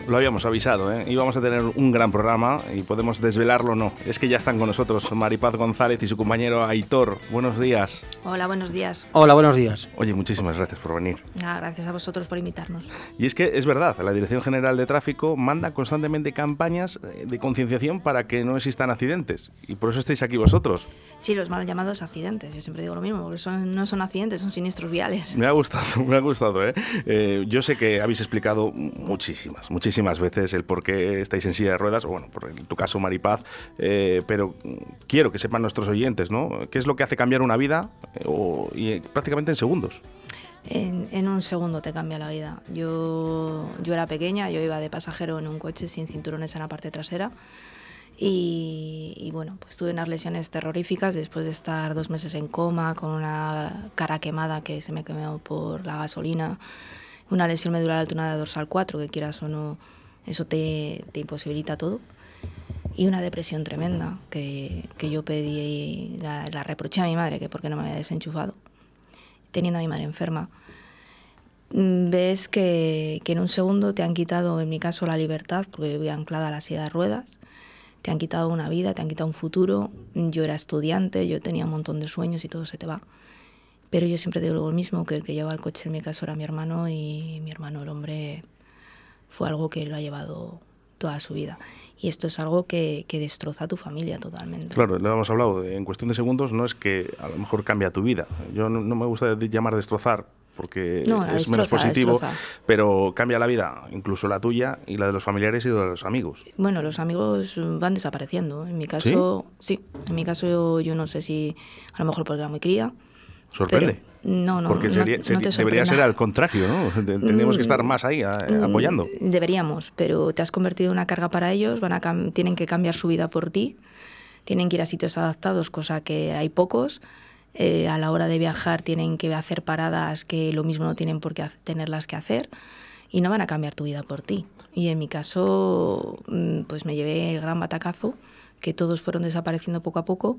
Lo habíamos avisado, ¿eh? Íbamos a tener un gran programa y podemos desvelarlo o no. Es que ya están con nosotros Maripaz González y su compañero Aitor. Buenos días. Hola, buenos días. Hola, buenos días. Oye, muchísimas gracias por venir. Gracias a vosotros por invitarnos. Y es que es verdad, la Dirección General de Tráfico manda constantemente campañas de concienciación para que no existan accidentes. Y por eso estáis aquí vosotros. Sí, los mal llamados accidentes. Yo siempre digo lo mismo, porque no son accidentes, son siniestros viales. Me ha gustado, ¿eh? Yo sé que habéis explicado muchísimas veces el por qué estáis en silla de ruedas, o bueno, en tu caso Maripaz, pero quiero que sepan nuestros oyentes, ¿no? ¿Qué es lo que hace cambiar una vida y prácticamente en segundos? En un segundo te cambia la vida. Yo era pequeña, yo iba de pasajero en un coche sin cinturones en la parte trasera y bueno, pues tuve unas lesiones terroríficas después de estar 2 meses en coma, con una cara quemada que se me quemó por la gasolina, una lesión medular alternada dorsal 4, que quieras o no, eso te imposibilita todo. Y una depresión tremenda que yo pedí, la reproché a mi madre, que por qué no me había desenchufado, teniendo a mi madre enferma. Ves que en un segundo te han quitado, en mi caso, la libertad, porque voy anclada a la silla de ruedas, te han quitado una vida, te han quitado un futuro. Yo era estudiante, yo tenía un montón de sueños y todo se te va. Pero yo siempre digo lo mismo, que el que llevaba el coche en mi caso era mi hermano, y mi hermano, el hombre, fue algo que lo ha llevado toda su vida. Y esto es algo que destroza a tu familia totalmente. Claro, lo hemos hablado, en cuestión de segundos no es que a lo mejor cambia tu vida. Yo no me gusta llamar destrozar, porque es menos positivo, pero cambia la vida, incluso la tuya y la de los familiares y de los amigos. Bueno, los amigos van desapareciendo. En mi caso, sí. En mi caso yo no sé si a lo mejor porque era muy cría. ¿Sorprende? No, porque debería ser al contrario, ¿no? Tendríamos que estar más ahí apoyando. Deberíamos, pero te has convertido en una carga para ellos, tienen que cambiar su vida por ti, tienen que ir a sitios adaptados, cosa que hay pocos. A la hora de viajar tienen que hacer paradas que lo mismo no tienen por qué tenerlas que hacer, y no van a cambiar tu vida por ti. Y en mi caso, pues me llevé el gran batacazo, que todos fueron desapareciendo poco a poco.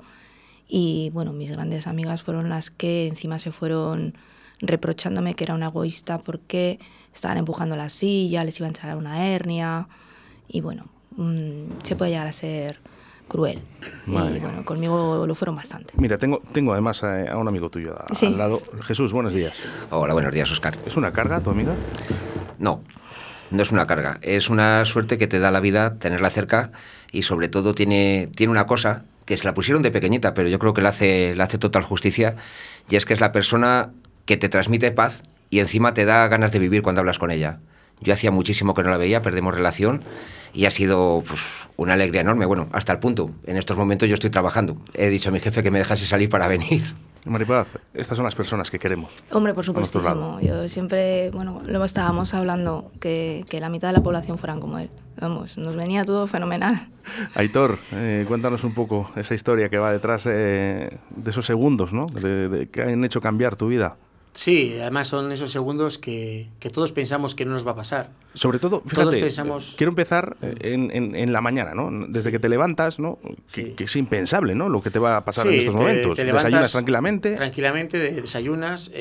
Y bueno, mis grandes amigas fueron las que encima se fueron reprochándome que era una egoísta porque estaban empujando la silla, les iba a entrar una hernia. Y bueno, se puede llegar a ser cruel. Madre. Y bueno, conmigo lo fueron bastante. Mira, tengo además a un amigo tuyo al lado. Jesús, buenos días. Hola, buenos días, Óscar. ¿Es una carga tu amiga? No es una carga. Es una suerte que te da la vida tenerla cerca, y sobre todo tiene una cosa que se la pusieron de pequeñita, pero yo creo que le hace total justicia, y es que es la persona que te transmite paz y encima te da ganas de vivir cuando hablas con ella. Yo hacía muchísimo que no la veía, perdemos relación y ha sido pues, una alegría enorme. Bueno, hasta el punto, en estos momentos yo estoy trabajando. He dicho a mi jefe que me dejase salir para venir. Maripaz, estas son las personas que queremos. Hombre, por supuestísimo. Yo siempre, lo estábamos hablando, que la mitad de la población fueran como él. Vamos, nos venía todo fenomenal. Aitor, cuéntanos un poco esa historia que va detrás de esos segundos, ¿no? Que han hecho cambiar tu vida. Sí, además son esos segundos que todos pensamos que no nos va a pasar. Sobre todo, fíjate, quiero empezar en la mañana, ¿no? Desde que te levantas, ¿no? Que es impensable, ¿no? Lo que te va a pasar en estos momentos. Desayunas tranquilamente. Tranquilamente, desayunas,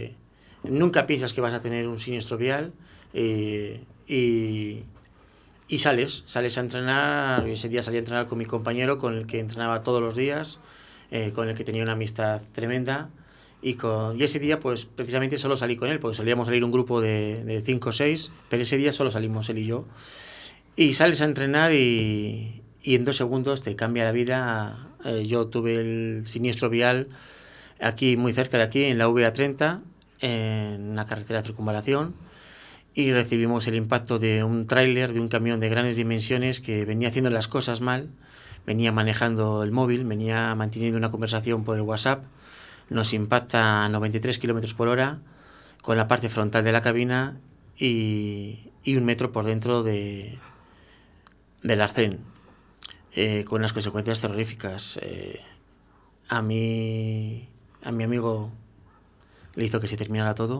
nunca piensas que vas a tener un siniestro vial y sales a entrenar. Ese día salí a entrenar con mi compañero, con el que entrenaba todos los días, con el que tenía una amistad tremenda. Y ese día, pues precisamente solo salí con él, porque solíamos salir un grupo de 5 o 6, pero ese día solo salimos él y yo. Y sales a entrenar y en 2 segundos te cambia la vida. Yo tuve el siniestro vial aquí, muy cerca de aquí, en la VA30, en una carretera de circunvalación, y recibimos el impacto de un tráiler, de un camión de grandes dimensiones que venía haciendo las cosas mal, venía manejando el móvil, venía manteniendo una conversación por el WhatsApp. Nos impacta a 93 kilómetros por hora con la parte frontal de la cabina y 1 metro por dentro del arcén, con unas consecuencias terroríficas. A mi amigo le hizo que se terminara todo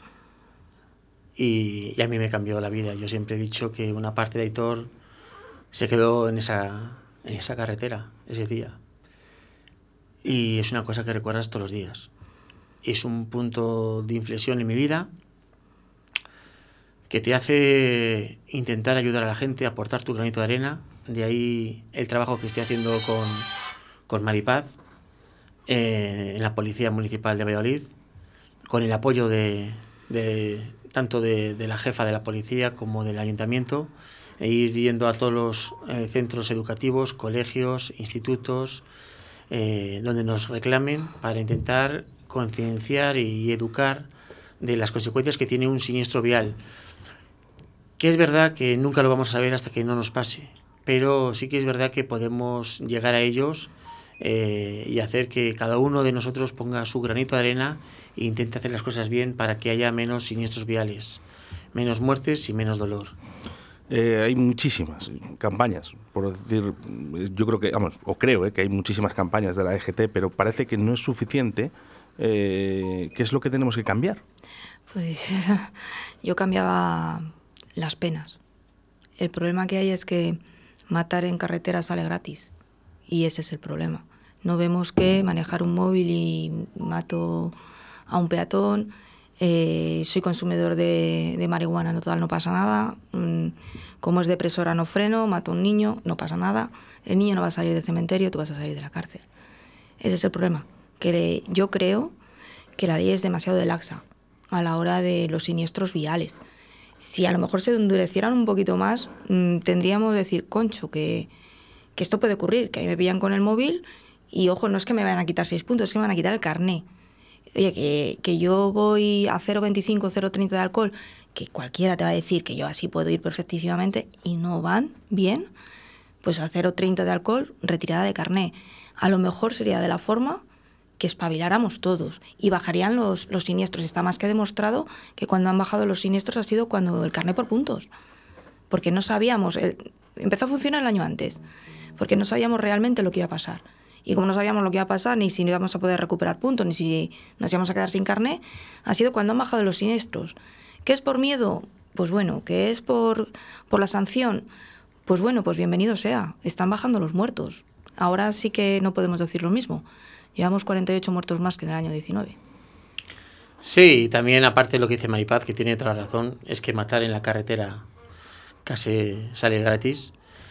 y a mí me cambió la vida. Yo siempre he dicho que una parte de Aitor se quedó en esa carretera ese día. Y es una cosa que recuerdas todos los días. Es un punto de inflexión en mi vida que te hace intentar ayudar a la gente, aportar tu granito de arena. De ahí el trabajo que estoy haciendo con Maripaz en la Policía Municipal de Valladolid, con el apoyo tanto de la jefa de la policía como del ayuntamiento, e ir yendo a todos los centros educativos, colegios, institutos, donde nos reclamen, para intentar concienciar y educar de las consecuencias que tiene un siniestro vial. Que es verdad que nunca lo vamos a saber hasta que no nos pase, pero sí que es verdad que podemos llegar a ellos y hacer que cada uno de nosotros ponga su granito de arena e intente hacer las cosas bien para que haya menos siniestros viales, menos muertes y menos dolor. Hay muchísimas campañas, por decir, yo creo que, creo que hay muchísimas campañas de la EGT, pero parece que no es suficiente. ¿Qué es lo que tenemos que cambiar? Pues yo cambiaba las penas. El problema que hay es que matar en carretera sale gratis, y ese es el problema. No vemos que manejar un móvil y mato a un peatón, soy consumidor de marihuana, no, total, no pasa nada. Como es depresora, no freno, mato a un niño, no pasa nada. El niño no va a salir del cementerio, tú vas a salir de la cárcel. Ese es el problema, que yo creo que la ley es demasiado de laxa a la hora de los siniestros viales. Si a lo mejor se endurecieran un poquito más, tendríamos que decir, concho, que esto puede ocurrir, que a mí me pillan con el móvil y, ojo, no es que me vayan a quitar 6 puntos, es que me van a quitar el carné. Oye, que yo voy a 0,25, 0,30 de alcohol, que cualquiera te va a decir que yo así puedo ir perfectísimamente, y no van bien, pues a 0,30 de alcohol, retirada de carné. A lo mejor sería de la forma que espabiláramos todos y bajarían los siniestros. Está más que demostrado que cuando han bajado los siniestros ha sido cuando el carné por puntos, porque no sabíamos, empezó a funcionar el año antes, porque no sabíamos realmente lo que iba a pasar. Y como no sabíamos lo que iba a pasar, ni si íbamos a poder recuperar puntos, ni si nos íbamos a quedar sin carné, ha sido cuando han bajado los siniestros. ¿Qué es por miedo? Pues bueno. ¿Qué es por la sanción? Pues bueno, pues bienvenido sea. Están bajando los muertos. Ahora sí que no podemos decir lo mismo. Llevamos 48 muertos más que en el año 19. Sí, y también, aparte de lo que dice Maripaz, que tiene otra razón, es que matar en la carretera casi sale gratis.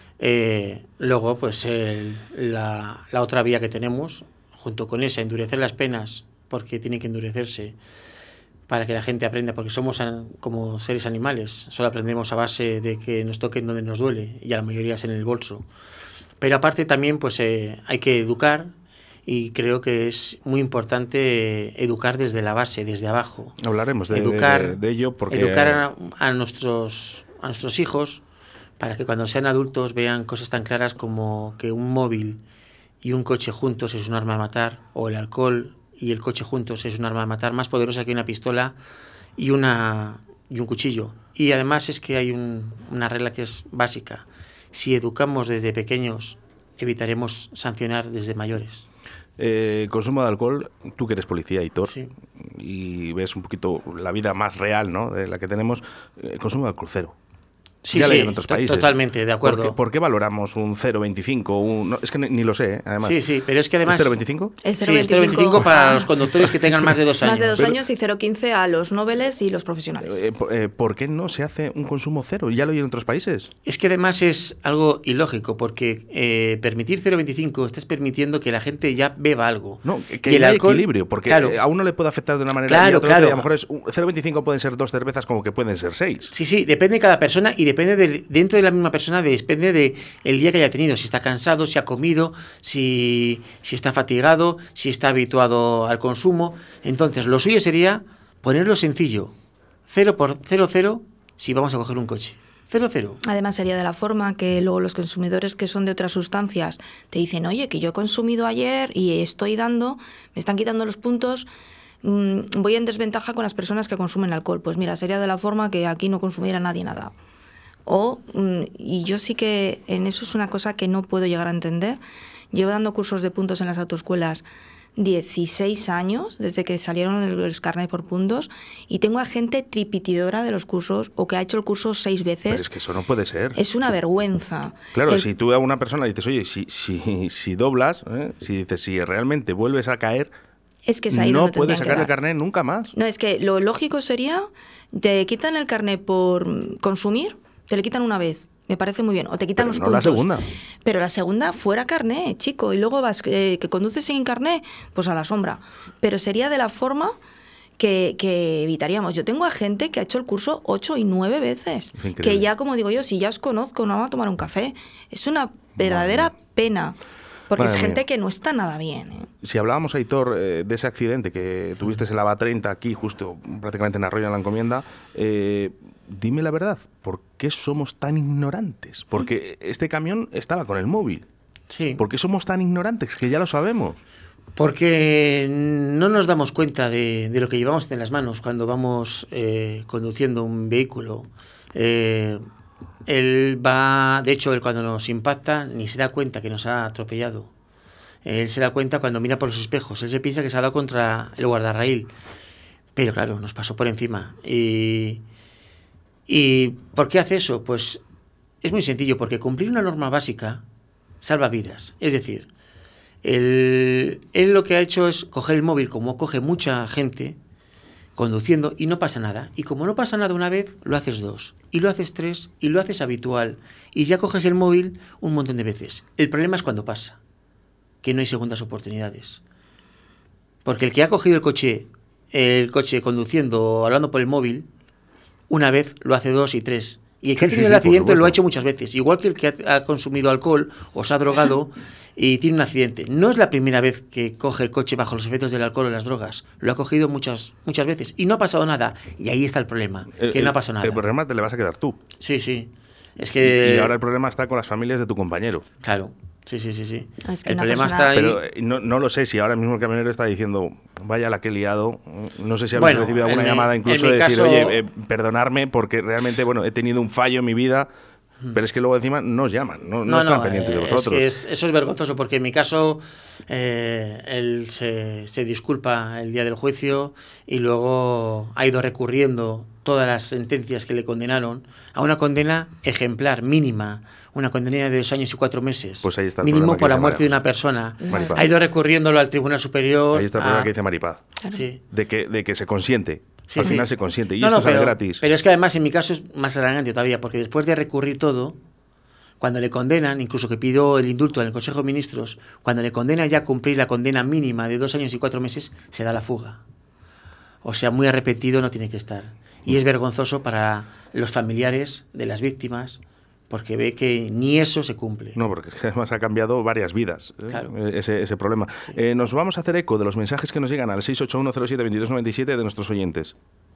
Luego, pues la otra vía que tenemos, junto con esa, endurecer las penas, porque tiene que endurecerse para que la gente aprenda, porque somos como seres animales, solo aprendemos a base de que nos toquen donde nos duele, y a la mayoría es en el bolso. Pero aparte también, pues hay que educar, y creo que es muy importante educar desde la base, desde abajo. Hablaremos de ello, porque educar a nuestros hijos, para que cuando sean adultos vean cosas tan claras como que un móvil y un coche juntos es un arma de matar, o el alcohol y el coche juntos es un arma de matar más poderosa que una pistola y un cuchillo. Y además es que hay una regla que es básica: si educamos desde pequeños, evitaremos sancionar desde mayores. Consumo de alcohol, tú que eres policía, Aitor, sí, y ves un poquito la vida más real, ¿no?, de la que tenemos, consumo de alcohol cero. Sí, ya sí, leí en otros países. Totalmente, de acuerdo. ¿Por qué valoramos un 0,25? No, es que ni lo sé, además. Sí, pero es que además... ¿Es 0,25? Es 0,25. Sí, es 0,25 para los conductores que tengan más de 2 años. Más de 2 años y 0,15 a los nobles y los profesionales. ¿Por qué no se hace un consumo cero? Ya lo hay en otros países. Es que además es algo ilógico, porque permitir 0,25 estás permitiendo que la gente ya beba algo. No, que haya equilibrio, porque claro, a uno le puede afectar de una manera y a otro, a lo mejor es 0,25 pueden ser 2 cervezas como que pueden ser 6. Sí, depende de cada persona y depende dentro de la misma persona, depende de el día que haya tenido, si está cansado, si ha comido, si está fatigado, si está habituado al consumo. Entonces, lo suyo sería ponerlo sencillo, 0 por 0,0 si vamos a coger un coche. 0,0. Además sería de la forma que luego los consumidores que son de otras sustancias te dicen, oye, que yo he consumido ayer y me están quitando los puntos, voy en desventaja con las personas que consumen alcohol. Pues mira, sería de la forma que aquí no consumiera nadie nada. Y yo sí que en eso es una cosa que no puedo llegar a entender. Llevo dando cursos de puntos en las autoescuelas 16 años, desde que salieron los carnets por puntos, y tengo a gente tripitidora de los cursos o que ha hecho el curso 6 veces. Pero es que eso no puede ser. Es una vergüenza. Claro, si tú a una persona le dices, oye, si doblas, si dices, si realmente vuelves a caer, Es que es ahí no donde puedes tendrían que sacar el dar. carnet nunca más. No, es que lo lógico sería, te quitan el carnet por consumir, te le quitan una vez. Me parece muy bien. O te quitan Pero los no puntos. la segunda. Pero la segunda fuera carné, chico. Y luego vas, que conduces sin carné, pues a la sombra. Pero sería de la forma que evitaríamos. Yo tengo a gente que ha hecho el curso 8 y 9 veces. Es increíble. Que ya, como digo yo, si ya os conozco, no vamos a tomar un café. Es una verdadera pena. Porque Madre es gente mía. que no está nada bien, ¿eh? Si hablábamos, Aitor, de ese accidente que tuviste en la AVA30 aquí, justo prácticamente en Arroyo de la Encomienda, dime la verdad, ¿por qué somos tan ignorantes? Porque este camión estaba con el móvil. Sí. ¿Por qué somos tan ignorantes? Que ya lo sabemos. Porque no nos damos cuenta de lo que llevamos en las manos cuando vamos conduciendo un vehículo. Él va, de hecho, él cuando nos impacta ni se da cuenta que nos ha atropellado. Él se da cuenta cuando mira por los espejos. Él se piensa que se ha dado contra el guardarraíl. Pero claro, nos pasó por encima. ¿Y por qué hace eso? Pues es muy sencillo, porque cumplir una norma básica salva vidas. Es decir, él lo que ha hecho es coger el móvil, como coge mucha gente conduciendo, y no pasa nada. Y como no pasa nada una vez, lo haces 2, y lo haces 3, y lo haces habitual. Y ya coges el móvil un montón de veces. El problema es cuando pasa, que no hay segundas oportunidades. Porque el que ha cogido el coche conduciendo o hablando por el móvil, una vez lo hace 2 y 3. Y el que Sí, ha tenido sí, el sí, por accidente lo supuesto. ha hecho muchas veces. Igual que el que ha consumido alcohol o se ha drogado y tiene un accidente. No es la primera vez que coge el coche bajo los efectos del alcohol o las drogas. Lo ha cogido muchas veces y no ha pasado nada. Y ahí está el problema, que no ha pasado nada. El problema te le vas a quedar tú. Sí, sí. Es que... Y ahora el problema está con las familias de tu compañero. Claro. Sí. Es que El una problema persona- está ahí... Pero no lo sé si ahora mismo el camionero está diciendo, vaya la que he liado. No sé si habéis Bueno, recibido alguna en mi- llamada incluso en de mi decir, caso- oye, perdonarme porque realmente, bueno, he tenido un fallo en mi vida, pero es que luego encima no os llaman, no están pendientes de es vosotros. que eso es vergonzoso, porque en mi caso él se disculpa el día del juicio y luego ha ido recurriendo todas las sentencias que le condenaron a una condena ejemplar, mínima, una condena de 2 años y 4 meses. Pues ahí está el mínimo problema que por la dice muerte de María. una persona. Maripaz. Ha ido recurriéndolo al Tribunal Superior. Ahí está el problema que dice Maripaz, Sí. de que se consiente. Sí, Al sí. final se consiente. Y No, esto no, sale pero, gratis. Pero es que además en mi caso es más alarmante todavía, porque después de recurrir todo, cuando le condenan, incluso que pidió el indulto en el Consejo de Ministros, cuando le condenan ya a cumplir la condena mínima de 2 años y 4 meses, se da la fuga. O sea, muy arrepentido no tiene que estar. Y es vergonzoso para los familiares de las víctimas, porque ve que ni eso se cumple. No, porque además ha cambiado varias vidas, Claro. ese problema. Nos vamos a hacer eco de los mensajes que nos llegan al 681072297 de nuestros oyentes.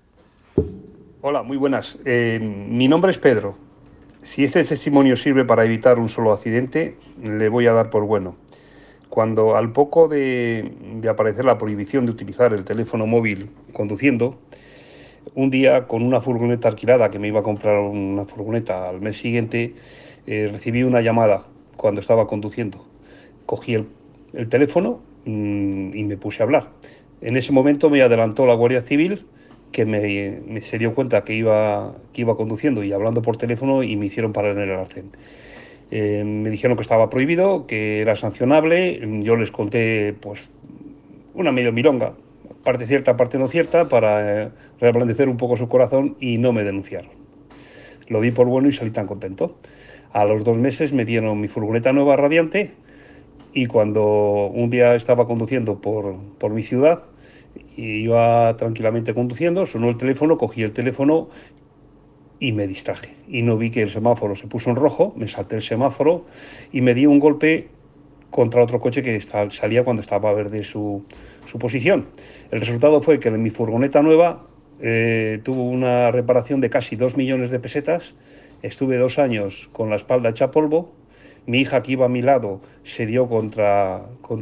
Hola, muy buenas. Mi nombre es Pedro. Si este testimonio sirve para evitar un solo accidente, le voy a dar por bueno. Cuando al poco de aparecer la prohibición de utilizar el teléfono móvil conduciendo, un día con una furgoneta alquilada, que me iba a comprar una furgoneta al mes siguiente, recibí una llamada cuando estaba conduciendo. Cogí el teléfono y me puse a hablar. En ese momento me adelantó la Guardia Civil, que se dio cuenta que iba conduciendo y hablando por teléfono, y me hicieron parar en el arcén. Me dijeron que estaba prohibido, que era sancionable. Yo les conté pues una medio milonga, parte cierta, parte no cierta, para reblandecer un poco su corazón, y no me denunciaron. Lo di por bueno y salí tan contento. A los 2 meses me dieron mi furgoneta nueva radiante, y cuando un día estaba conduciendo por mi ciudad y iba tranquilamente conduciendo, sonó el teléfono, cogí el teléfono y me distraje. Y no vi que el semáforo se puso en rojo, me salté el semáforo y me di un golpe contra otro coche que salía cuando estaba verde su posición. El resultado fue que mi furgoneta nueva tuvo una reparación de casi 2 millones de pesetas. Estuve 2 años con la espalda hecha polvo. Mi hija, que iba a mi lado, se dio contra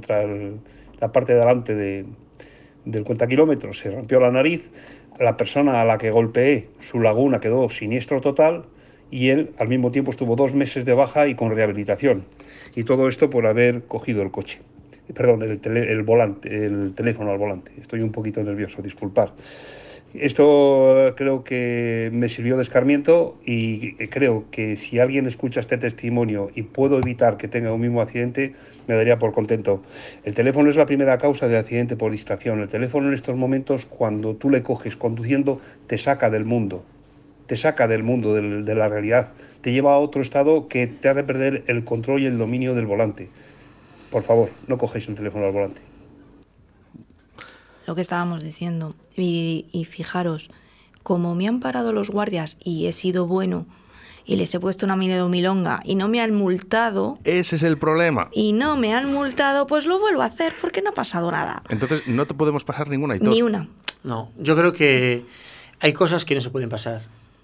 la parte de delante del cuentakilómetros, se rompió la nariz. La persona a la que golpeé, su laguna, quedó siniestro total, y él al mismo tiempo estuvo 2 meses de baja y con rehabilitación. Y todo esto por haber cogido el coche. Perdón, el teléfono al volante. Estoy un poquito nervioso, disculpar. Esto creo que me sirvió de escarmiento y creo que si alguien escucha este testimonio y puedo evitar que tenga un mismo accidente, me daría por contento. El teléfono es la primera causa de accidente por distracción. El teléfono en estos momentos, cuando tú le coges conduciendo, te saca del mundo. Te saca del mundo, de la realidad. Te lleva a otro estado que te hace perder el control y el dominio del volante. Por favor, no cogéis el teléfono al volante. Lo que estábamos diciendo. Y fijaros, como me han parado los guardias y he sido bueno y les he puesto una milonga y no me han multado... Ese es el problema. Y no me han multado, pues lo vuelvo a hacer porque no ha pasado nada. Entonces no te podemos pasar ninguna, Aitor. Ni una. No, yo creo que hay cosas que no se pueden pasar.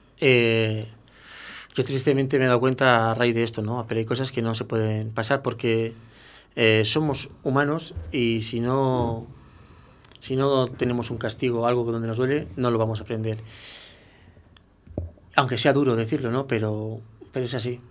Yo tristemente me he dado cuenta a raíz de esto, ¿no? Pero hay cosas que no se pueden pasar porque somos humanos y si no tenemos un castigo, algo donde nos duele, no lo vamos a aprender. Aunque sea duro decirlo, ¿no? Pero es así.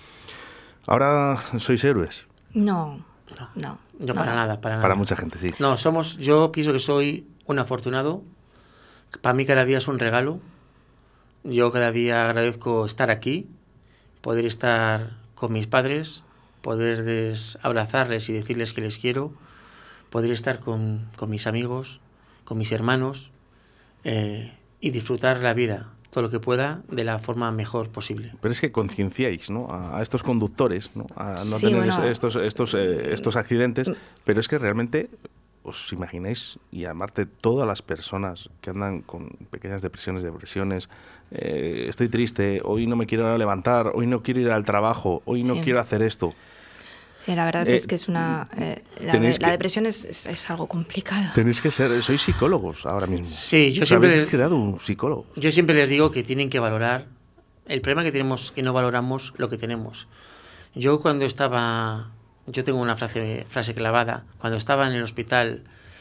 Ahora sois héroes. No. Yo para nada. Para mucha gente, sí. No, yo pienso que soy un afortunado. Para mí cada día es un regalo. Yo cada día agradezco estar aquí, poder estar con mis padres, poder abrazarles y decirles que les quiero, poder estar con mis amigos, con mis hermanos y disfrutar la vida todo lo que pueda de la forma mejor posible. Pero es que concienciáis, ¿no?, a estos conductores, ¿no?, a no sí, tener bueno. estos accidentes, pero es que realmente os imagináis, y amarte todas las personas que andan con pequeñas depresiones, estoy triste, hoy no me quiero levantar, hoy no quiero ir al trabajo, hoy no quiero hacer esto. Sí, la verdad es que es una... la depresión es algo complicado. Tenéis que ser... Sois psicólogos ahora mismo. Sí, yo siempre... Habéis creado un psicólogo. Yo siempre les digo que tienen que valorar... El problema que tenemos que no valoramos lo que tenemos. Yo cuando estaba... Yo tengo una frase clavada. Cuando estaba en el hospital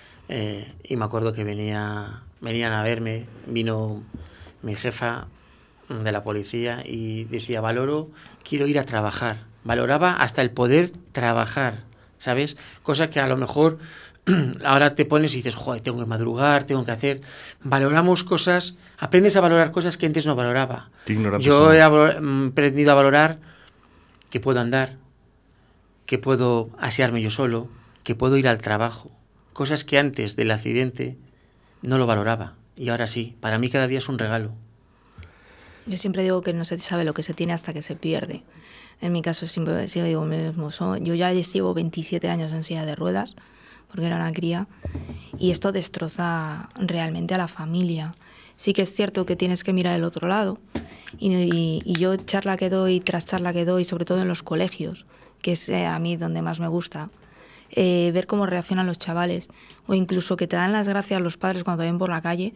y me acuerdo que venían a verme, vino mi jefa de la policía y decía, quiero ir a trabajar. Valoraba hasta el poder trabajar, ¿sabes? Cosa que a lo mejor ahora te pones y dices, joder, tengo que madrugar, tengo que hacer... Valoramos cosas, aprendes a valorar cosas que antes no valoraba. Yo he aprendido a valorar que puedo andar, que puedo asearme yo solo, que puedo ir al trabajo. Cosas que antes del accidente no lo valoraba. Y ahora sí, para mí cada día es un regalo. Yo siempre digo que no se sabe lo que se tiene hasta que se pierde. En mi caso siempre digo mismo, yo ya llevo 27 años en silla de ruedas, porque era una cría, y esto destroza realmente a la familia. Sí que es cierto que tienes que mirar el otro lado, y yo charla que doy tras charla que doy, sobre todo en los colegios, que es a mí donde más me gusta, ver cómo reaccionan los chavales, o incluso que te dan las gracias los padres cuando te ven por la calle.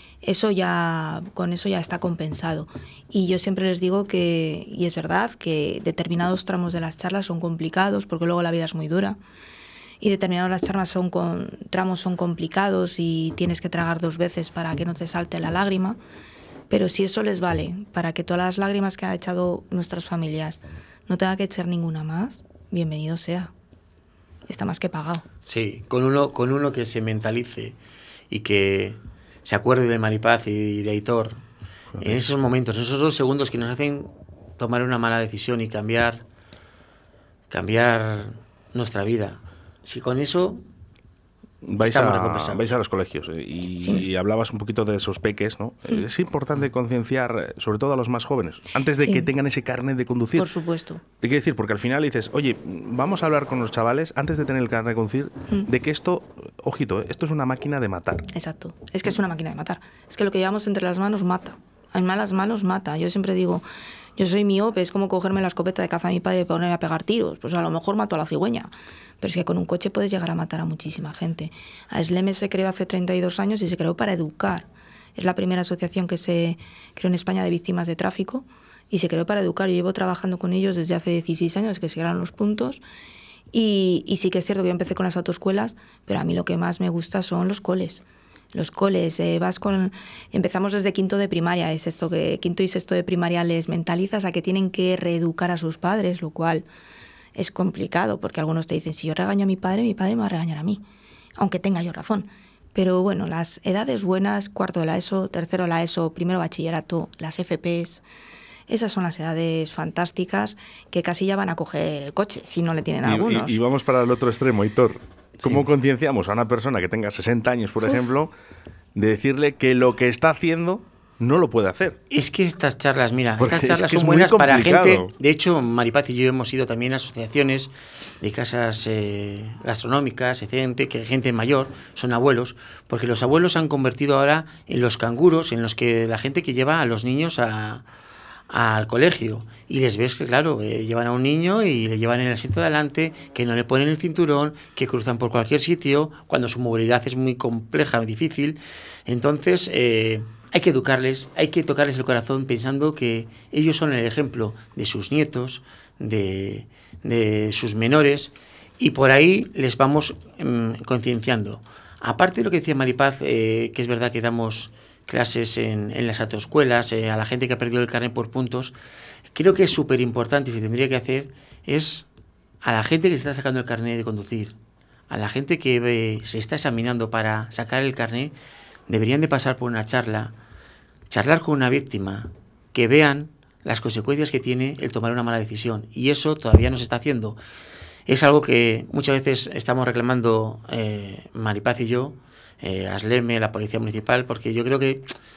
Con eso ya está compensado. Y yo siempre les digo que, y es verdad, que determinados tramos de las charlas son complicados, porque luego la vida es muy dura, y determinados las tramos son complicados y tienes que tragar 2 veces para que no te salte la lágrima, pero si eso les vale, para que todas las lágrimas que han echado nuestras familias no tenga que echar ninguna más, bienvenido sea. Está más que pagado. Sí, con uno que se mentalice y que se acuerde de Maripaz y de Aitor, en esos momentos, en esos 2 segundos que nos hacen tomar una mala decisión y cambiar nuestra vida. Si con eso vais a los colegios y hablabas un poquito de esos peques, ¿no? Es importante concienciar, sobre todo a los más jóvenes, antes de que tengan ese carnet de conducir. Por supuesto. Te quiero decir, porque al final dices, oye, vamos a hablar con los chavales antes de tener el carnet de conducir, de que esto, ojito, esto es una máquina de matar. Exacto, es que es una máquina de matar. Es que lo que llevamos entre las manos mata. En malas manos mata. Yo siempre digo, yo soy miope, es como cogerme la escopeta de caza a mi padre y ponerme a pegar tiros. Pues a lo mejor mato a la cigüeña. Pero es que con un coche puedes llegar a matar a muchísima gente. ASLEME se creó hace 32 años y se creó para educar. Es la primera asociación que se creó en España de víctimas de tráfico y se creó para educar. Yo llevo trabajando con ellos desde hace 16 años, que se crearon los puntos. Y sí que es cierto que yo empecé con las autoescuelas, pero a mí lo que más me gusta son los coles. Los coles, empezamos desde quinto de primaria, es esto que quinto y sexto de primaria les mentalizas a que tienen que reeducar a sus padres, lo cual es complicado, porque algunos te dicen, si yo regaño a mi padre me va a regañar a mí, aunque tenga yo razón. Pero bueno, las edades buenas, cuarto de la ESO, tercero de la ESO, primero bachillerato, las FPs, esas son las edades fantásticas que casi ya van a coger el coche, si no le tienen algunos. Y vamos para el otro extremo, Hitor. ¿Cómo concienciamos a una persona que tenga 60 años, por ejemplo, de decirle que lo que está haciendo no lo puede hacer? Es que estas charlas, mira, Porque estas charlas es son muy buenas para complicado. gente. De hecho, Maripaz y yo hemos ido también a asociaciones de casas gastronómicas, gente mayor, son abuelos, porque los abuelos se han convertido ahora en los canguros, en los que la gente que lleva a los niños al colegio. Y les ves que, claro, llevan a un niño y le llevan en el asiento de adelante, que no le ponen el cinturón, que cruzan por cualquier sitio, cuando su movilidad es muy compleja, difícil. Entonces, hay que educarles, hay que tocarles el corazón pensando que ellos son el ejemplo de sus nietos, de sus menores, y por ahí les vamos concienciando. Aparte de lo que decía Maripaz, que es verdad que damos clases en las autoescuelas, a la gente que ha perdido el carnet por puntos, creo que es súper importante y se tendría que hacer es a la gente que se está sacando el carnet de conducir, a la gente que se está examinando para sacar el carnet, deberían de pasar por una charlar con una víctima, que vean las consecuencias que tiene el tomar una mala decisión. Y eso todavía no se está haciendo. Es algo que muchas veces estamos reclamando Maripaz y yo, Asleme, la Policía Municipal, porque yo creo que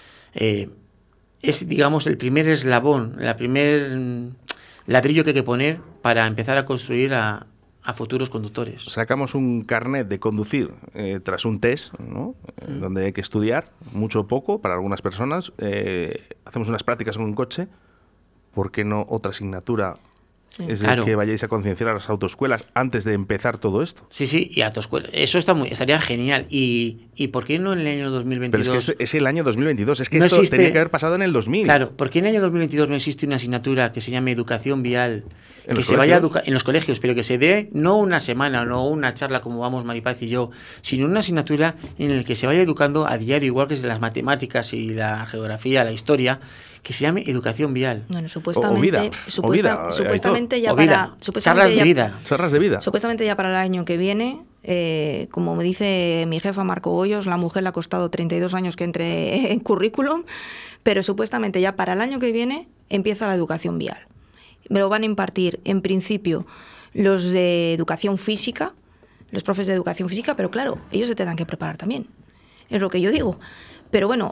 es, digamos, el primer eslabón, el primer ladrillo que hay que poner para empezar a construir a futuros conductores. Sacamos un carnet de conducir tras un test, ¿no? Donde hay que estudiar, mucho o poco, para algunas personas. Hacemos unas prácticas en un coche. ¿Por qué no otra asignatura? Es Claro. que vayáis a concienciar a las autoescuelas antes de empezar todo esto. Sí, y a tu escuela. Eso estaría genial. ¿Y por qué no en el año 2022? Pero es que es el año 2022. Es que No esto existe- tenía que haber pasado en el 2000. Claro, ¿por qué en el año 2022 no existe una asignatura que se llame educación vial? ¿En Que los se vaya a colegios? en los colegios, pero que se dé no una semana, no una charla como vamos Maripaz y yo, sino una asignatura en la que se vaya educando a diario, igual que es de las matemáticas y la geografía, la historia, que se llame educación vial. Bueno, O supuestamente, vida, supuestamente ya O vida, para supuestamente charlas de ya- vida. Charlas de vida. Supuestamente ya para el año que viene, como me dice mi jefa Marco Bollos, la mujer le ha costado 32 años que entre en currículum, pero supuestamente ya para el año que viene empieza la educación vial. Me lo van a impartir en principio los de educación física, los profes de educación física, pero claro, ellos se tendrán que preparar también. Es lo que yo digo. Pero bueno,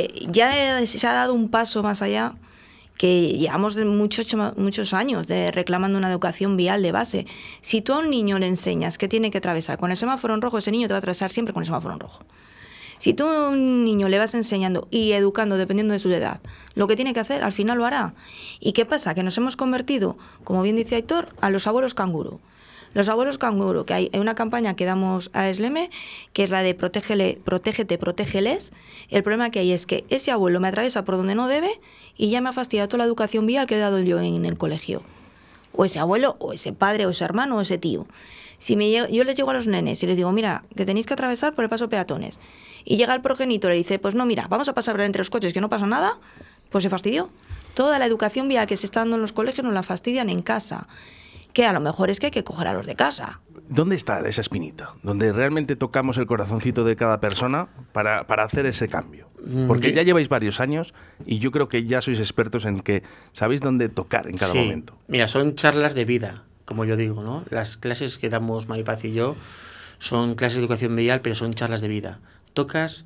ya se ha dado un paso más allá, que llevamos de muchos años de reclamando una educación vial de base. Si tú a un niño le enseñas que tiene que atravesar con el semáforo en rojo, ese niño te va a atravesar siempre con el semáforo en rojo. Si tú a un niño le vas enseñando y educando, dependiendo de su edad, lo que tiene que hacer, al final lo hará. ¿Y qué pasa? Que nos hemos convertido, como bien dice Aitor, a los abuelos canguro. Los abuelos canguro, que hay una campaña que damos a Esleme, que es la de protégete, protégeles. El problema que hay es que ese abuelo me atraviesa por donde no debe y ya me ha fastidiado toda la educación vial que he dado yo en el colegio. O ese abuelo, o ese padre, o ese hermano, o ese tío. Si yo les llego a los nenes y les digo, mira, que tenéis que atravesar por el paso peatones, y llega el progenitor y dice, pues no, mira, vamos a pasar entre los coches, que no pasa nada, pues se fastidió. Toda la educación vial que se está dando en los colegios nos la fastidian en casa, que a lo mejor es que hay que coger a los de casa. ¿Dónde está esa espinita? Donde realmente tocamos el corazoncito de cada persona para hacer ese cambio. Porque ya lleváis varios años y yo creo que ya sois expertos en que sabéis dónde tocar en cada Sí. momento. Mira, son charlas de vida, como yo digo, ¿no? Las clases que damos Maripaz y yo son clases de educación vial, pero son charlas de vida. Tocas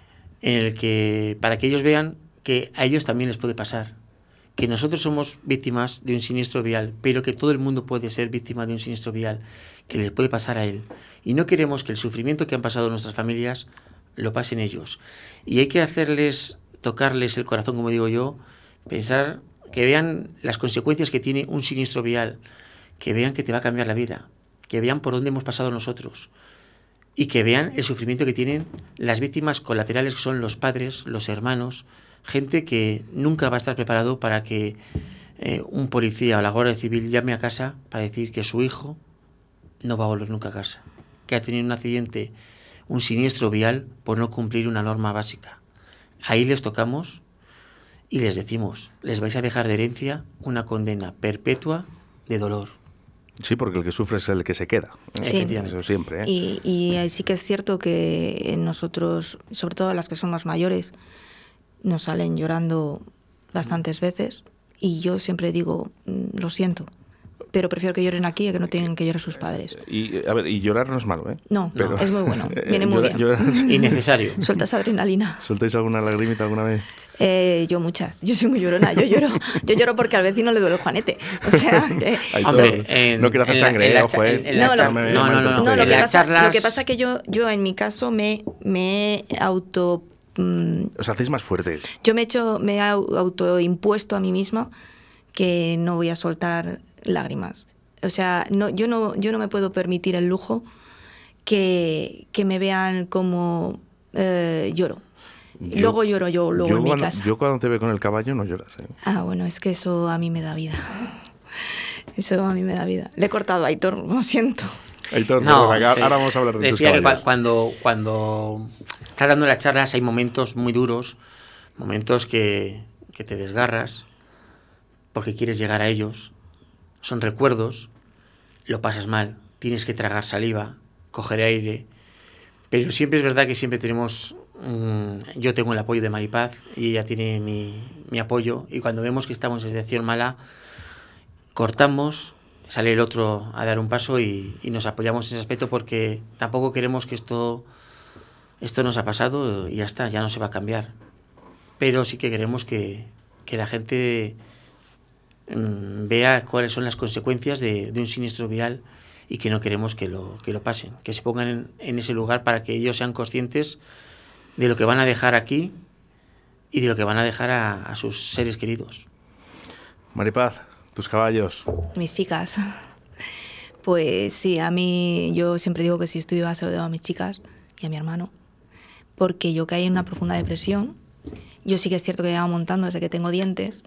en el que, para que ellos vean que a ellos también les puede pasar. Que nosotros somos víctimas de un siniestro vial, pero que todo el mundo puede ser víctima de un siniestro vial, que les puede pasar a él. Y no queremos que el sufrimiento que han pasado nuestras familias lo pasen ellos. Y hay que tocarles el corazón, como digo yo, pensar, que vean las consecuencias que tiene un siniestro vial, que vean que te va a cambiar la vida, que vean por dónde hemos pasado nosotros y que vean el sufrimiento que tienen las víctimas colaterales, que son los padres, los hermanos, gente que nunca va a estar preparado para que un policía o la Guardia Civil llame a casa para decir que su hijo no va a volver nunca a casa, que ha tenido un accidente, un siniestro vial por no cumplir una norma básica. Ahí les tocamos y les decimos, les vais a dejar de herencia una condena perpetua de dolor. Sí, porque el que sufre es el que se queda. Sí. Eso siempre, ¿eh? Y sí que es cierto que nosotros, sobre todo las que son más mayores, nos salen llorando bastantes veces y yo siempre digo, lo siento, pero prefiero que lloren aquí a que no tienen que llorar sus padres. Y, a ver, y llorar no es malo, ¿eh? No, Pero, es muy bueno, viene muy bien. Innecesario. Sueltas adrenalina. ¿Soltáis alguna lagrimita alguna vez? Yo muchas, yo soy muy llorona, yo lloro porque al vecino le duele el juanete. O sea, Hombre, no quiero hacer sangre, ojo, no, lo que pasa es que yo en mi caso me he auto... Os hacéis más fuertes. Yo me he autoimpuesto a mí misma que no voy a soltar lágrimas. O sea, yo no me puedo permitir el lujo que me vean como lloro. Luego lloro yo en mi casa. Yo cuando te veo con el caballo no lloras, ¿eh? Ah, bueno, es que eso a mí me da vida. Eso a mí me da vida. Le he cortado a Aitor, lo siento. Aitor, No, ahora vamos a hablar de tus decía que caballos. cuando estás dando las charlas hay momentos muy duros, momentos que te desgarras porque quieres llegar a ellos. Son recuerdos, lo pasas mal, tienes que tragar saliva, coger aire, pero siempre es verdad que siempre tenemos... yo tengo el apoyo de Maripaz y ella tiene mi apoyo, y cuando vemos que estamos en situación mala, cortamos, sale el otro a dar un paso y nos apoyamos en ese aspecto, porque tampoco queremos que esto nos ha pasado y ya está, ya no se va a cambiar. Pero sí que queremos que la gente vea cuáles son las consecuencias de un siniestro vial, y que no queremos que lo pasen, que se pongan en ese lugar para que ellos sean conscientes de lo que van a dejar aquí y de lo que van a dejar a sus seres queridos. Maripaz, tus caballos. Mis chicas. Pues sí, a mí yo siempre digo que si estoy viva se lo debo a mis chicas y a mi hermano, porque yo caí en una profunda depresión. Yo sí que es cierto que llevaba montando desde que tengo dientes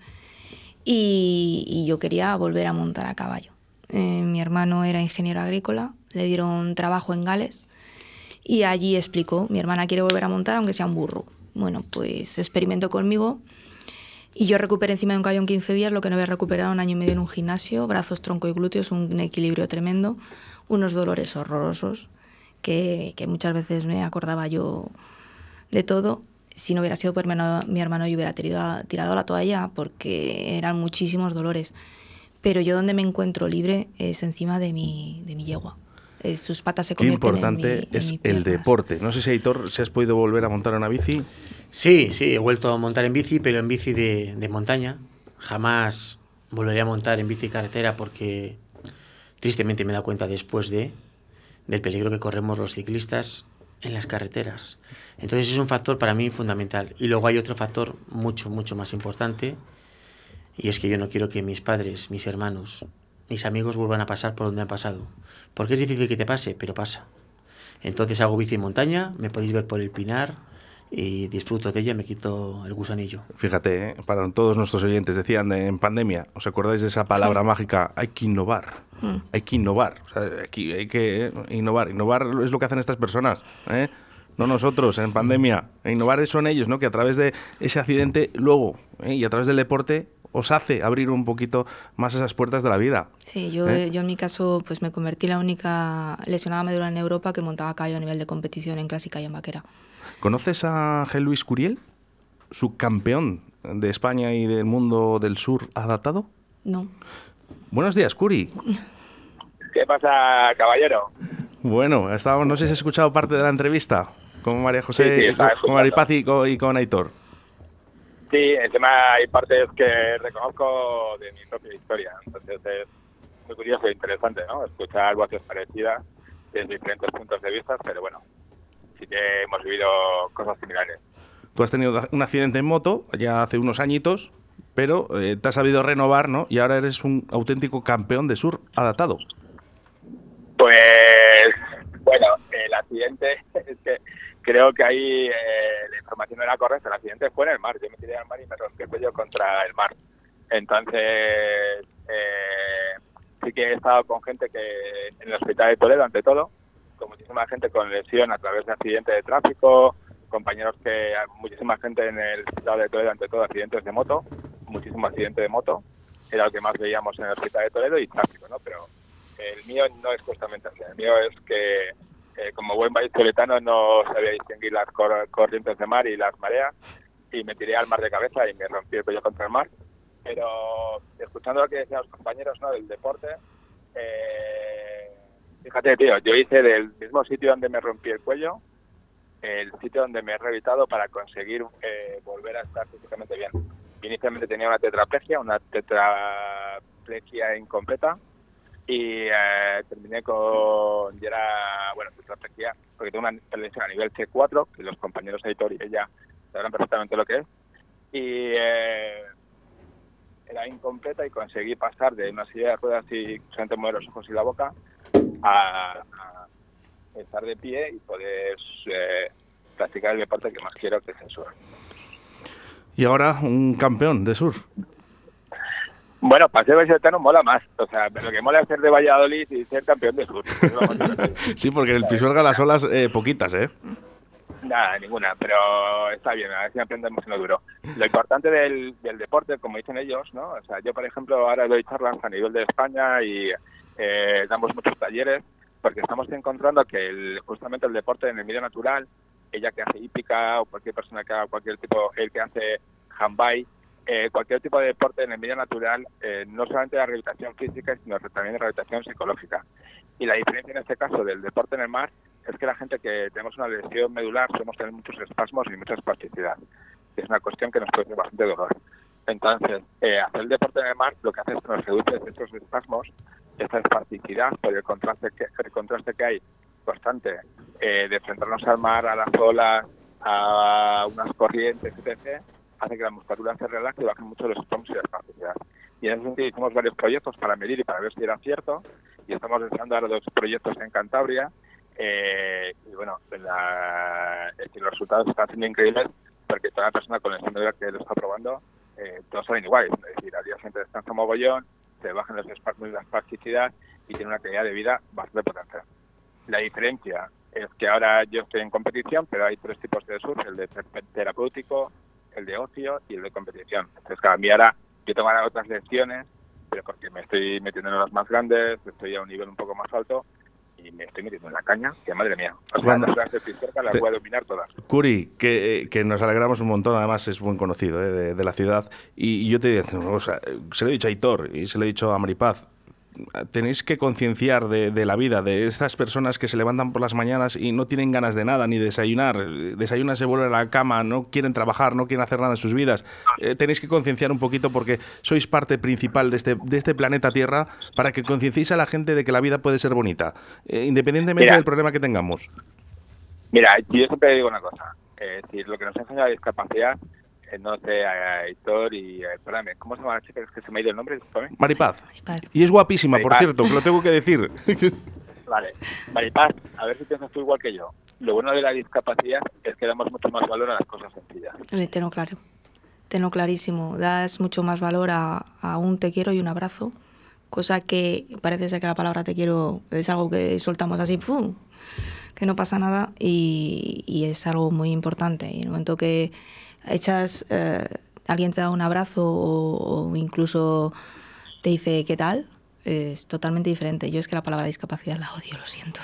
y yo quería volver a montar a caballo. Mi hermano era ingeniero agrícola, le dieron trabajo en Gales y allí explicó, mi hermana quiere volver a montar aunque sea un burro. Bueno, pues experimentó conmigo y yo recuperé encima de un caballo en 15 días lo que no había recuperado un año y medio en un gimnasio, brazos, tronco y glúteos, un equilibrio tremendo, unos dolores horrorosos que muchas veces me acordaba yo de todo. Si no hubiera sido por mi hermano yo hubiera tirado la toalla porque eran muchísimos dolores. Pero yo donde me encuentro libre es encima de mi yegua. Sus patas se convierten en mi Qué importante es el piernas. deporte. No sé si, Aitor, si has podido volver a montar una bici. Sí, he vuelto a montar en bici, pero en bici de montaña. Jamás volveré a montar en bici carretera porque tristemente me he dado cuenta después del peligro que corremos los ciclistas en las carreteras. Entonces es un factor para mí fundamental. Y luego hay otro factor mucho, mucho más importante, y es que yo no quiero que mis padres, mis hermanos, mis amigos vuelvan a pasar por donde han pasado. Porque es difícil que te pase, pero pasa. Entonces hago bici en montaña, me podéis ver por el Pinar y disfruto de ella, me quito el gusanillo. Fíjate, para todos nuestros oyentes, decían en pandemia, ¿os acordáis de esa palabra mágica? Hay que innovar. Hay que innovar. O sea, aquí hay que innovar. Innovar es lo que hacen estas personas, ¿eh? No nosotros, en pandemia. Innovar son ellos, ¿no? Que a través de ese accidente, luego, y a través del deporte, os hace abrir un poquito más esas puertas de la vida. Sí, yo en mi caso pues me convertí en la única lesionada medular en Europa que montaba a caballo a nivel de competición en clásica y en vaquera. ¿Conoces a Ángel Luis Curiel? Subcampeón de España y del mundo del sur adaptado. No. Buenos días, Curi. ¿Qué pasa, caballero? Bueno, estábamos, no sé si has escuchado parte de la entrevista con María José, Sí, con Maripaz y con Aitor. Sí, encima hay partes que reconozco de mi propia historia, entonces es muy curioso e interesante, ¿no? Escuchar voces parecidas desde diferentes puntos de vista, pero bueno, sí que hemos vivido cosas similares. Tú has tenido un accidente en moto ya hace unos añitos, pero te has sabido renovar, ¿no? Y ahora eres un auténtico campeón de sur adaptado. Pues, bueno, el accidente es que creo que ahí la información no era correcta. El accidente fue en el mar. Yo me tiré al mar y me rompí el cuello contra el mar. Entonces, sí que he estado con gente que en el hospital de Toledo, ante todo, con muchísima gente con lesión a través de accidentes de tráfico, compañeros muchísima gente en el hospital de Toledo, ante todo, accidentes de moto, muchísimo accidente de moto. Era lo que más veíamos en el hospital de Toledo y tráfico, ¿no? Pero el mío no es justamente así. El mío es que, como buen vallisoletano, no sabía distinguir las corrientes de mar y las mareas, y me tiré al mar de cabeza y me rompí el cuello contra el mar. Pero escuchando lo que decían los compañeros, ¿no?, del deporte, fíjate, tío, yo hice del mismo sitio donde me rompí el cuello el sitio donde me he rehabilitado para conseguir volver a estar físicamente bien. Inicialmente tenía una tetraplegia incompleta, y terminé con, ya era, bueno, tetraplegia, porque tengo una lesión a nivel C4, que los compañeros editor y ella sabrán perfectamente lo que es, y era incompleta, y conseguí pasar de una silla de ruedas y solamente mover los ojos y la boca a estar de pie y poder practicar el deporte que más quiero, que es el surf. Y ahora un campeón de surf. Bueno, para ser vallisoletano mola más. O sea, lo que mola es ser de Valladolid y ser campeón de surf. Sí, porque en el Pisuerga las olas poquitas, ¿eh? Nada, ninguna, pero está bien, a ver si aprendemos en lo duro. Lo importante del deporte, como dicen ellos, ¿no? O sea, yo, por ejemplo, ahora doy charlas a nivel de España y damos muchos talleres, porque estamos encontrando que justamente el deporte en el medio natural, ella que hace hípica o cualquier persona que haga cualquier tipo, el que hace handbike, cualquier tipo de deporte en el medio natural, no solamente la rehabilitación física, sino también la rehabilitación psicológica. Y la diferencia en este caso del deporte en el mar es que la gente que tenemos una lesión medular solemos tener muchos espasmos y mucha espasticidad. Es una cuestión que nos produce bastante dolor. Entonces, hacer el deporte en el mar lo que hace es que nos reduce estos espasmos, esta espasticidad, por el contraste que hay constante de enfrentarnos al mar, a las olas, a unas corrientes, etc., hace que la musculatura se relaje y bajen mucho los espasmos y la espasticidad. Y en ese sentido hicimos varios proyectos para medir y para ver si era cierto, y estamos desarrollando ahora 2 proyectos en Cantabria, y bueno, los resultados están siendo increíbles, porque toda la persona con el síndrome que lo está probando, todos salen iguales. Es decir, al día siguiente descansa mogollón, se bajan los espasmos y la espasticidad, y tiene una calidad de vida bastante potencial. La diferencia es que ahora yo estoy en competición, pero hay 3 tipos de surf: el de terapéutico, el de ocio y el de competición. Entonces, cada mí ahora yo tengo ahora otras lecciones, pero porque me estoy metiendo en las más grandes, estoy a un nivel un poco más alto y me estoy metiendo en la caña, que madre mía. O sea, las clases de cerca las voy a dominar todas. Curi, que nos alegramos un montón, además es buen conocido de la ciudad, y yo te digo una cosa, se lo he dicho a Aitor y se lo he dicho a Maripaz: tenéis que concienciar de la vida, de estas personas que se levantan por las mañanas y no tienen ganas de nada, ni desayunar, desayunan, se vuelven a la cama, no quieren trabajar, no quieren hacer nada en sus vidas. Tenéis que concienciar un poquito, porque sois parte principal de este planeta Tierra, para que concienciéis a la gente de que la vida puede ser bonita, independientemente del problema que tengamos. Mira, yo siempre digo una cosa, es decir, lo que nos enseña la discapacidad, no sé, a Héctor y espérame, ¿cómo se llama la chica? Es que se me ha ido el nombre, discúlpame. Maripaz. Y es guapísima, Maripaz. por cierto, que lo tengo que decir. Vale, Maripaz, a ver si piensas tú igual que yo. Lo bueno de la discapacidad es que damos mucho más valor a las cosas sencillas. Tenlo claro, tenlo clarísimo. Das mucho más valor a un te quiero y un abrazo, cosa que parece ser que la palabra te quiero es algo que soltamos así, ¡pum!, que no pasa nada, y es algo muy importante. Y en el momento que echas, alguien te da un abrazo o incluso te dice ¿qué tal?, es totalmente diferente. Yo es que la palabra discapacidad la odio, lo siento.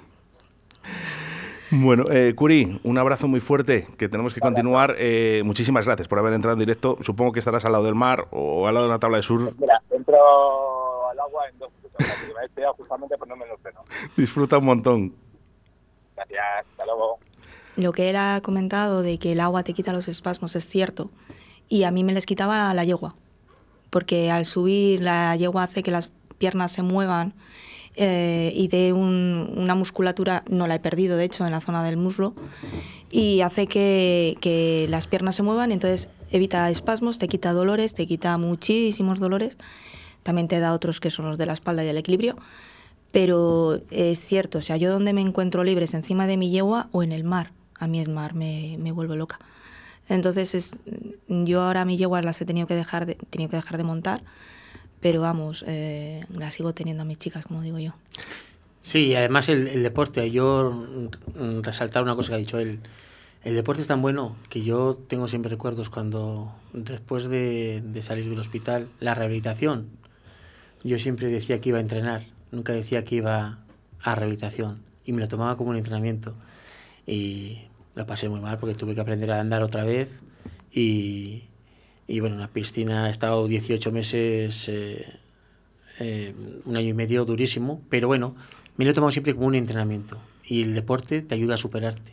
Bueno, Curi, un abrazo muy fuerte, que tenemos que continuar. Muchísimas gracias por haber entrado en directo. Supongo que estarás al lado del mar o al lado de una tabla de surf. Mira, entro al agua en 2 minutos, porque me he pegado justamente por no me lo freno. Disfruta un montón. Gracias, hasta luego. Lo que él ha comentado de que el agua te quita los espasmos es cierto, y a mí me les quitaba la yegua, porque al subir la yegua hace que las piernas se muevan, y de una musculatura, no la he perdido de hecho en la zona del muslo, y hace que las piernas se muevan, entonces evita espasmos, te quita dolores, te quita muchísimos dolores, también te da otros que son los de la espalda y el equilibrio. Pero es cierto, o sea, yo donde me encuentro libre es encima de mi yegua o en el mar. A mí el mar me vuelve loca. Entonces, yo ahora mi yegua las he tenido que dejar de montar, pero vamos, las sigo teniendo a mis chicas, como digo yo. Sí, y además el deporte, yo resaltar una cosa que ha dicho él. El deporte es tan bueno que yo tengo siempre recuerdos cuando, después de salir del hospital, la rehabilitación, yo siempre decía que iba a entrenar. Nunca decía que iba a rehabilitación y me lo tomaba como un entrenamiento. Y lo pasé muy mal porque tuve que aprender a andar otra vez y bueno, en la piscina he estado 18 meses, un año y medio durísimo, pero bueno, me lo he tomado siempre como un entrenamiento y el deporte te ayuda a superarte.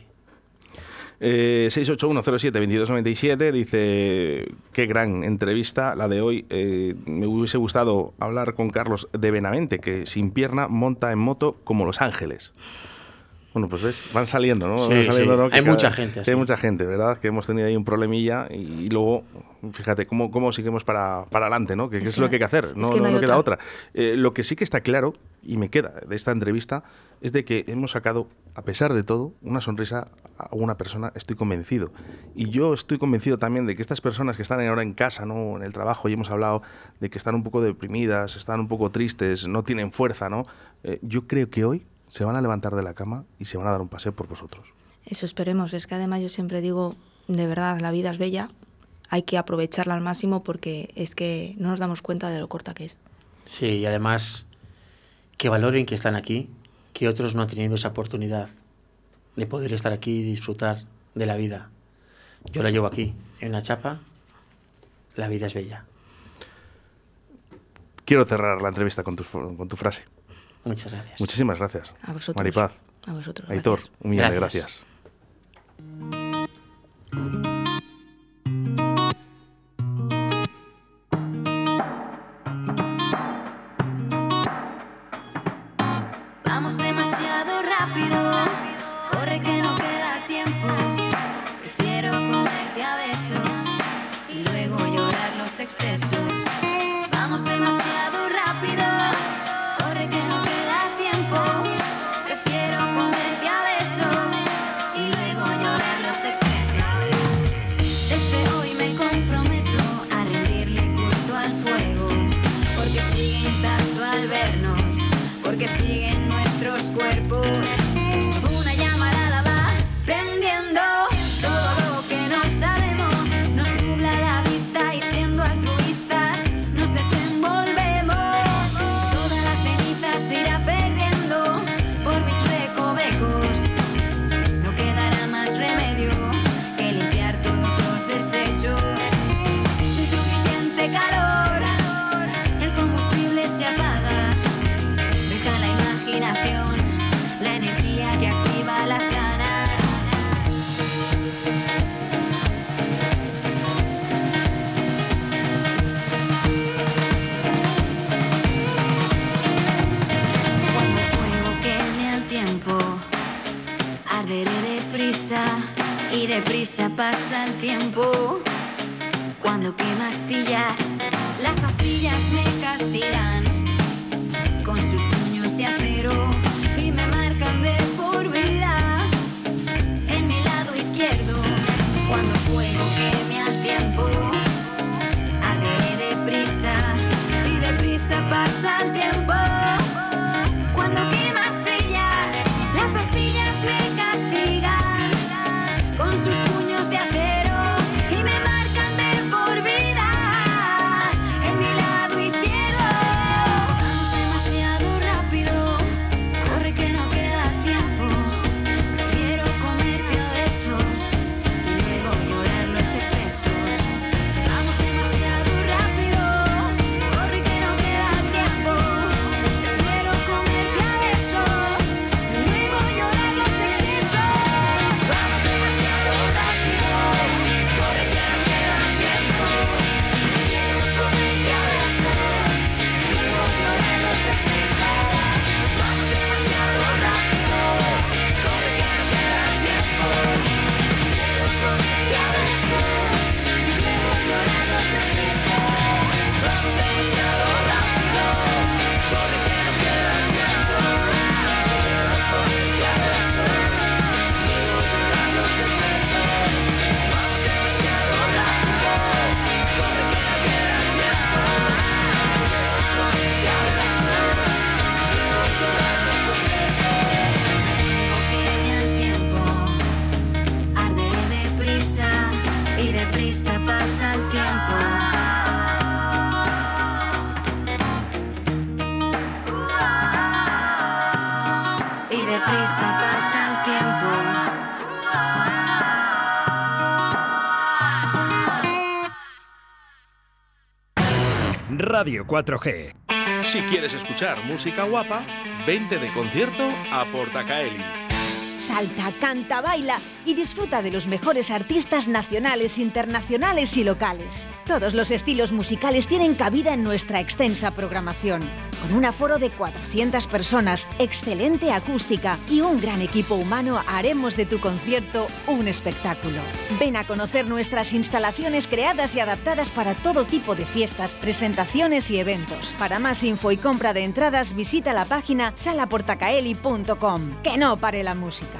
681072297 dice: qué gran entrevista la de hoy. Me hubiese gustado hablar con Carlos de Benavente, que sin pierna monta en moto como Los Ángeles. Bueno, pues ves, van saliendo, ¿no? Sí, Van saliendo, sí. ¿no? Hay mucha gente así. Hay mucha gente, ¿verdad? Que hemos tenido ahí un problemilla y luego, fíjate, cómo seguimos para adelante, ¿no? Que es lo que hay que hacer, no queda otra. Lo que sí que está claro, y me queda de esta entrevista, es de que hemos sacado, a pesar de todo, una sonrisa a una persona, estoy convencido. Y yo estoy convencido también de que estas personas que están ahora en casa, ¿no? En el trabajo, y hemos hablado de que están un poco deprimidas, están un poco tristes, no tienen fuerza, ¿no? Yo creo que hoy se van a levantar de la cama y se van a dar un paseo por vosotros. Eso esperemos. Es que además yo siempre digo, de verdad, la vida es bella, hay que aprovecharla al máximo porque es que no nos damos cuenta de lo corta que es. Sí, y además que valoren que están aquí, que otros no han tenido esa oportunidad de poder estar aquí y disfrutar de la vida. Yo la llevo aquí, en una chapa, la vida es bella. Quiero cerrar la entrevista con tu frase. Muchas gracias. Muchísimas gracias. A vosotros. Maripaz. A vosotros. Aitor, Gracias. un millón de gracias. Vamos demasiado rápido, corre que no queda tiempo. Prefiero comerte a besos y luego llorar los excesos. Vamos demasiado rápido, corre que no queda tiempo. Prefiero comerte a besos y luego llorar los excesos. Desde hoy me comprometo a rendirle culto al fuego, porque sigue intacto al vernos, porque siguen nuestros cuerpos. Una llamarada va prendiendo todo lo que no sabemos, nos nubla la vista y siendo altruistas nos desenvolvemos. Toda la ceniza se irá perdiendo por mis recovecos. No quedará más remedio que limpiar todos los desechos. Sin suficiente calor, el combustible se apaga. Deja la imaginación, la energía que activa las ganas. Cuando el fuego queme al tiempo, arderé deprisa y deprisa pasa el tiempo. Cuando quema astillas, las astillas me castigan con sus puños de acero y me marcan de por vida en mi lado izquierdo. Cuando el fuego queme al tiempo, arderé deprisa y deprisa pasa el tiempo. Cuando quema astillas, las astillas me castigan con sus puños de acero y me marcan de por vida en mi lado izquierdo. Vamos demasiado rápido, corre que no queda tiempo. Prefiero comerte a besos y luego llorar los excesos. Vamos demasiado rápido, corre que no queda tiempo. Radio 4G. Si quieres escuchar música guapa, vente de concierto a Portacaeli. Salta, canta, baila y disfruta de los mejores artistas nacionales, internacionales y locales. Todos los estilos musicales tienen cabida en nuestra extensa programación. Con un aforo de 400 personas, excelente acústica y un gran equipo humano, haremos de tu concierto un espectáculo. Ven a conocer nuestras instalaciones creadas y adaptadas para todo tipo de fiestas, presentaciones y eventos. Para más info y compra de entradas, visita la página salaportacaeli.com. ¡Que no pare la música!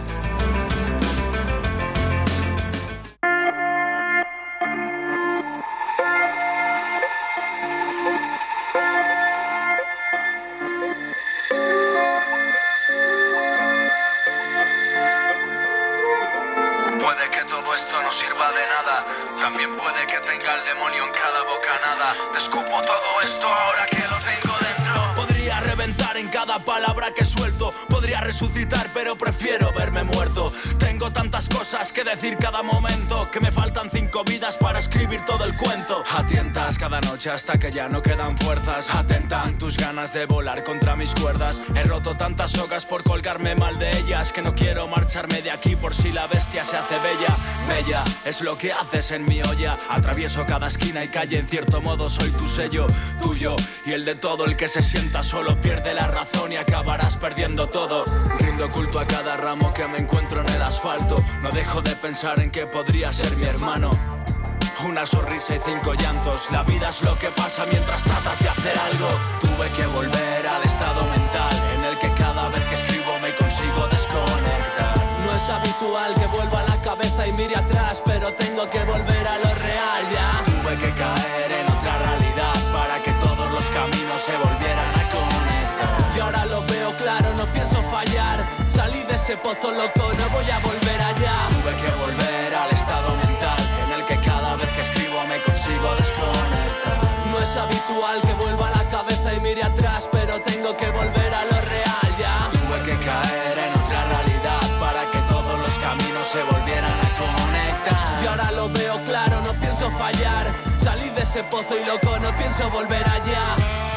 Puede que todo esto no sirva de nada, también puede que tenga el demonio en cada bocanada. Te escupo todo esto ahora que lo tengo dentro. Podría reventar en cada palabra que suelto, podría resucitar pero prefiero verme muerto. Tengo tantas cosas que decir cada momento, que me faltan 5 vidas para escribir todo el cuento. Atientas cada noche hasta que ya no quedan fuerzas, atentan tus ganas de volar contra mis cuerdas. He roto tantas sogas por colgarme mal de ellas, que no quiero marcharme de aquí por si la bestia se hace bella. Bella es lo que haces en mi olla, atravieso cada esquina y calle, en cierto modo soy tu sello, tuyo y el de todo el que se sienta solo pierde la razón y acabarás perdiendo todo. Rindo culto a cada ramo que me encuentro en el asfalto, no dejo de pensar en que podría ser mi hermano. Una sonrisa y 5 llantos, la vida es lo que pasa mientras tratas de hacer algo. Tuve que volver al estado mental en el que cada vez que escribo me consigo desconectar. No es habitual que vuelva a la cabeza y mire atrás, pero tengo que volver a lo real ya. Tuve que caer en otra realidad para que todos los caminos se volvieran a conectar. Y ahora lo veo claro, no pienso fallar. Salí de ese pozo loco, no voy a volver allá. Tuve que volver al estado mental en el que cada vez que escribo me consigo desconectar. No es habitual que vuelva a la cabeza y mire atrás, pero tengo que volver a lo real ya. Tuve que caer en otra realidad para que todos los caminos se volvieran a conectar. Y ahora lo veo claro, no pienso fallar. Salí de ese pozo y loco, no pienso volver allá.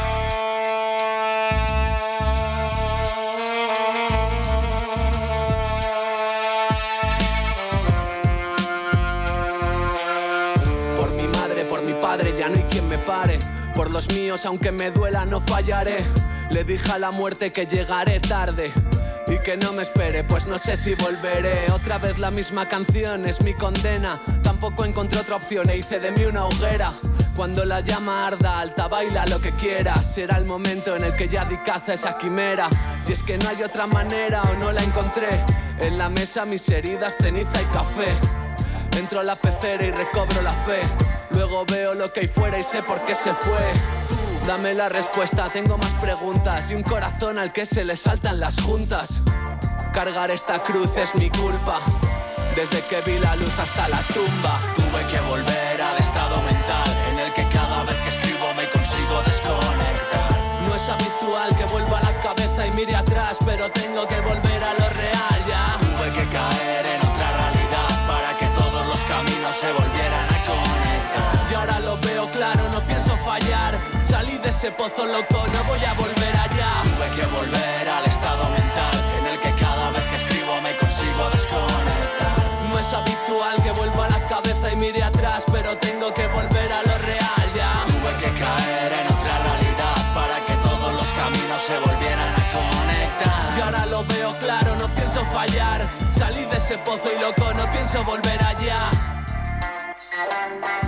Por mi madre, por mi padre, ya no hay quien me pare. Por los míos, aunque me duela, no fallaré. Le dije a la muerte que llegaré tarde y que no me espere, pues no sé si volveré. Otra vez la misma canción, es mi condena. Tampoco encontré otra opción e hice de mí una hoguera. Cuando la llama arda, alta, baila lo que quieras. Será el momento en el que ya di caza a esa quimera. Y es que no hay otra manera o no la encontré. En la mesa mis heridas, ceniza y café. Entro a la pecera y recobro la fe. Luego veo lo que hay fuera y sé por qué se fue. Dame la respuesta, tengo más preguntas y un corazón al que se le saltan las juntas. Cargar esta cruz es mi culpa, desde que vi la luz hasta la tumba. Tuve que volver al estado mental en el que cada vez que escribo me consigo desconectar. No es habitual que vuelva a la cabeza y mire atrás, pero tengo que volver a lo real ya. Tuve que caer en otra realidad para que todos los caminos se volvieran a conectar. Y ahora lo veo claro, no pienso fallar. Salí de ese pozo loco, no voy a volver allá. Tuve que volver al estado mental en el que cada vez que escribo me consigo desconectar. No es habitual que vuelva a la cabeza y mire atrás, pero tengo que volver a lo real ya. Tuve que caer en otra realidad para que todos los caminos se volvieran a conectar. Y ahora lo veo claro, no pienso fallar. Salí de ese pozo y loco, no pienso volver allá.